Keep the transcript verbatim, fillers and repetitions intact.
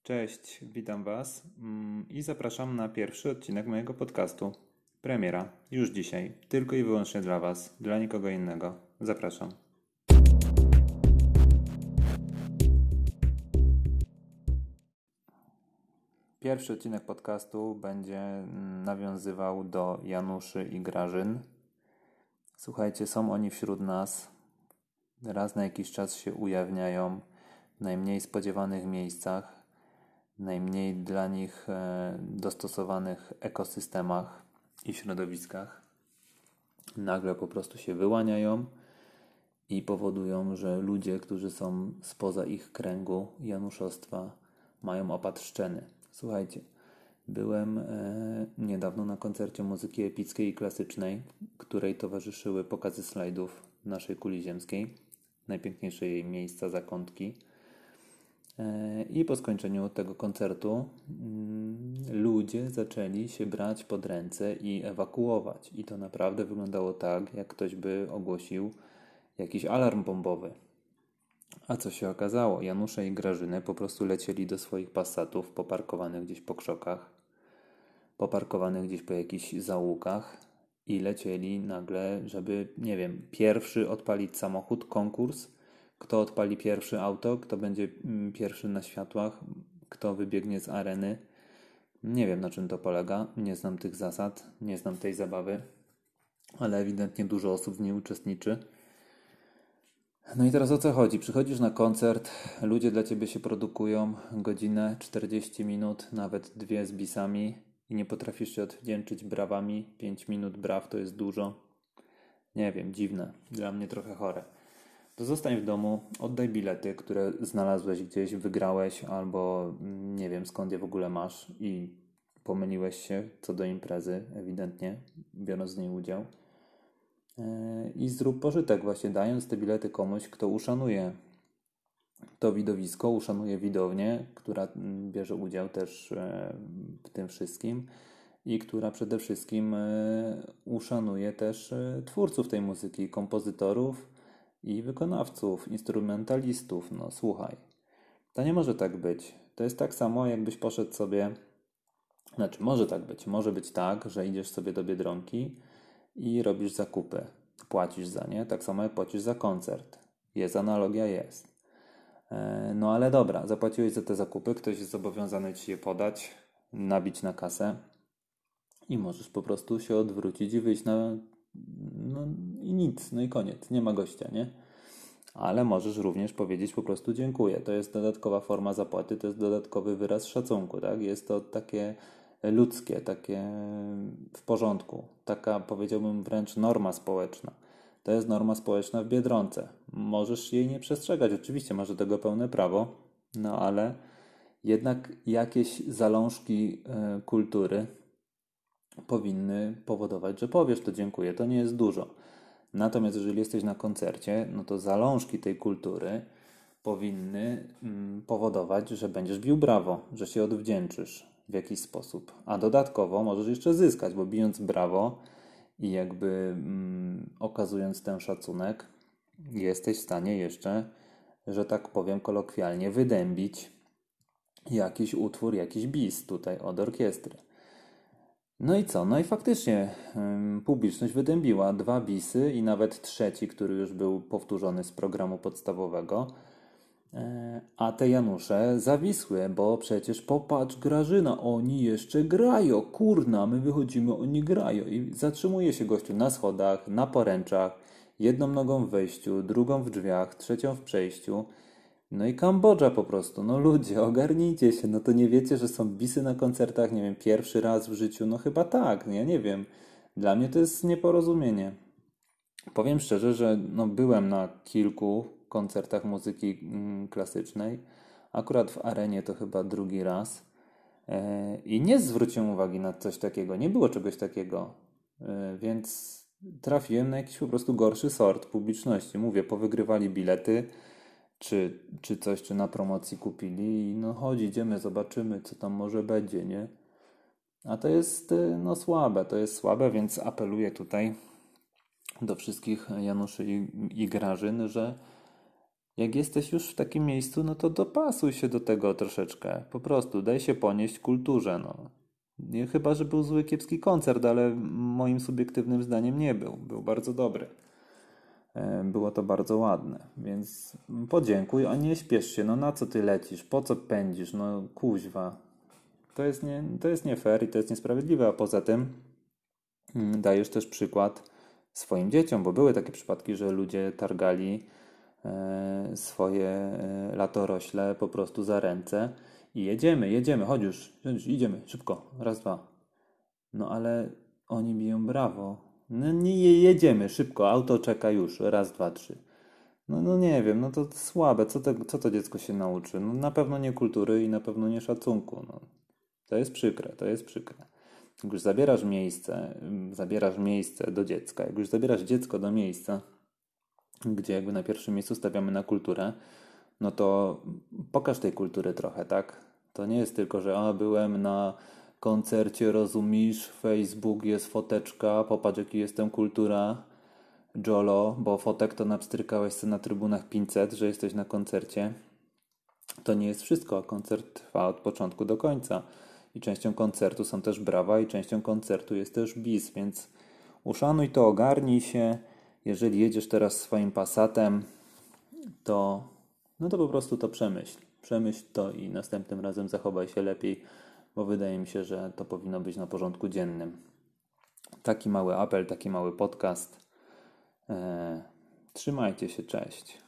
Cześć, witam Was mm, i zapraszam na pierwszy odcinek mojego podcastu. Premiera, już dzisiaj, tylko i wyłącznie dla Was, dla nikogo innego. Zapraszam. Pierwszy odcinek podcastu będzie mm, nawiązywał do Januszy i Grażyn. Słuchajcie, są oni wśród nas. Raz na jakiś czas się ujawniają w najmniej spodziewanych miejscach, najmniej dla nich e, dostosowanych ekosystemach i środowiskach. Nagle po prostu się wyłaniają i powodują, że ludzie, którzy są spoza ich kręgu januszostwa, mają opad szczeny. Słuchajcie, byłem e, niedawno na koncercie muzyki epickiej i klasycznej, której towarzyszyły pokazy slajdów naszej kuli ziemskiej, najpiękniejsze jej miejsca, zakątki. I po skończeniu tego koncertu ludzie zaczęli się brać pod ręce i ewakuować. I to naprawdę wyglądało tak, jak ktoś by ogłosił jakiś alarm bombowy. A co się okazało? Janusze i Grażyny po prostu lecieli do swoich Passatów poparkowanych gdzieś po krzokach, poparkowanych gdzieś po jakichś zaułkach i lecieli nagle, żeby, nie wiem, pierwszy odpalić samochód, konkurs. Kto odpali pierwszy auto, kto będzie pierwszy na światłach, kto wybiegnie z areny. Nie wiem, na czym to polega, nie znam tych zasad, nie znam tej zabawy, ale ewidentnie dużo osób w niej uczestniczy. No i teraz o co chodzi? Przychodzisz na koncert, ludzie dla ciebie się produkują godzinę, czterdzieści minut, nawet dwie z bisami i nie potrafisz się odwdzięczyć brawami. pięć minut braw to jest dużo. Nie wiem, dziwne, dla mnie trochę chore. To zostań w domu, oddaj bilety, które znalazłeś gdzieś, wygrałeś albo nie wiem skąd je w ogóle masz i pomyliłeś się co do imprezy, ewidentnie, biorąc w niej udział. I zrób pożytek właśnie, dając te bilety komuś, kto uszanuje to widowisko, uszanuje widownię, która bierze udział też w tym wszystkim i która przede wszystkim uszanuje też twórców tej muzyki, kompozytorów i wykonawców, instrumentalistów. No słuchaj, to nie może tak być. To jest tak samo, jakbyś poszedł sobie, znaczy może tak być, może być tak, że idziesz sobie do Biedronki i robisz zakupy, płacisz za nie, tak samo jak płacisz za koncert. Jest analogia, jest. No ale dobra, zapłaciłeś za te zakupy, ktoś jest zobowiązany ci je podać, nabić na kasę i możesz po prostu się odwrócić i wyjść na... no i nic, no i koniec, nie ma gościa, nie? Ale możesz również powiedzieć po prostu dziękuję. To jest dodatkowa forma zapłaty, to jest dodatkowy wyraz szacunku, tak? Jest to takie ludzkie, takie w porządku. Taka, powiedziałbym, wręcz norma społeczna. To jest norma społeczna w Biedronce. Możesz jej nie przestrzegać, oczywiście masz do tego pełne prawo, no ale jednak jakieś zalążki y, kultury powinny powodować, że powiesz to dziękuję. To nie jest dużo. Natomiast jeżeli jesteś na koncercie, no to zalążki tej kultury powinny mm, powodować, że będziesz bił brawo, że się odwdzięczysz w jakiś sposób. A dodatkowo możesz jeszcze zyskać, bo bijąc brawo i jakby mm, okazując ten szacunek, jesteś w stanie jeszcze, że tak powiem kolokwialnie, wydębić jakiś utwór, jakiś bis tutaj od orkiestry. No i co? No i faktycznie ym, publiczność wydębiła dwa bisy i nawet trzeci, który już był powtórzony z programu podstawowego. E, a te Janusze zawisły, bo przecież popatrz Grażyna, oni jeszcze grają, kurna, my wychodzimy, oni grają. I zatrzymuje się gościu na schodach, na poręczach, jedną nogą w wejściu, drugą w drzwiach, trzecią w przejściu. No i Kambodża po prostu, no ludzie, ogarnijcie się, no to nie wiecie, że są bisy na koncertach, nie wiem, pierwszy raz w życiu, no chyba tak, nie, nie wiem. Dla mnie to jest nieporozumienie. Powiem szczerze, że no byłem na kilku koncertach muzyki mm, klasycznej, akurat w arenie to chyba drugi raz e, i nie zwróciłem uwagi na coś takiego, nie było czegoś takiego, e, więc trafiłem na jakiś po prostu gorszy sort publiczności. Mówię, powygrywali bilety, czy, czy coś, czy na promocji kupili i no chodź, idziemy, zobaczymy, co tam może będzie, nie? A to jest no słabe, to jest słabe, więc apeluję tutaj do wszystkich Januszy i, i Grażyn, że Jak jesteś już w takim miejscu, no to dopasuj się do tego troszeczkę. Po prostu daj się ponieść kulturze, no. Nie, chyba, że był zły, kiepski koncert, ale moim subiektywnym zdaniem nie był. Był bardzo dobry. E, Było to bardzo ładne, więc podziękuj, a nie śpiesz się. No na co ty lecisz? Po co pędzisz? No kuźwa. To jest nie, to jest nie fair i to jest niesprawiedliwe, a poza tym mm, dajesz też przykład swoim dzieciom, bo były takie przypadki, że ludzie targali e, swoje e, latorośle po prostu za ręce i jedziemy, jedziemy, chodź już, chodź, idziemy, szybko, raz, dwa. No ale oni biją brawo. No nie je- jedziemy, szybko, auto czeka już, raz, dwa, trzy. No, no nie wiem, no to słabe, co to, co to dziecko się nauczy? No na pewno nie kultury i na pewno nie szacunku, no. To jest przykre, to jest przykre. Jak już zabierasz miejsce, mm, zabierasz miejsce do dziecka, jak już zabierasz dziecko do miejsca, gdzie jakby na pierwszym miejscu stawiamy na kulturę, no to pokaż tej kultury trochę, tak? To nie jest tylko, że a, byłem na koncercie, rozumiesz, Facebook jest foteczka, popatrz jaki jestem kultura, Jolo, bo fotek to napstrykałeś sobie na trybunach pięćset, że jesteś na koncercie. To nie jest wszystko. Koncert trwa od początku do końca. I częścią koncertu są też brawa i częścią koncertu jest też bis, więc uszanuj to, ogarnij się. Jeżeli jedziesz teraz swoim Passatem, to no to po prostu to przemyśl. Przemyśl to i następnym razem zachowaj się lepiej, bo wydaje mi się, że to powinno być na porządku dziennym. Taki mały apel, taki mały podcast. Eee, trzymajcie się, cześć.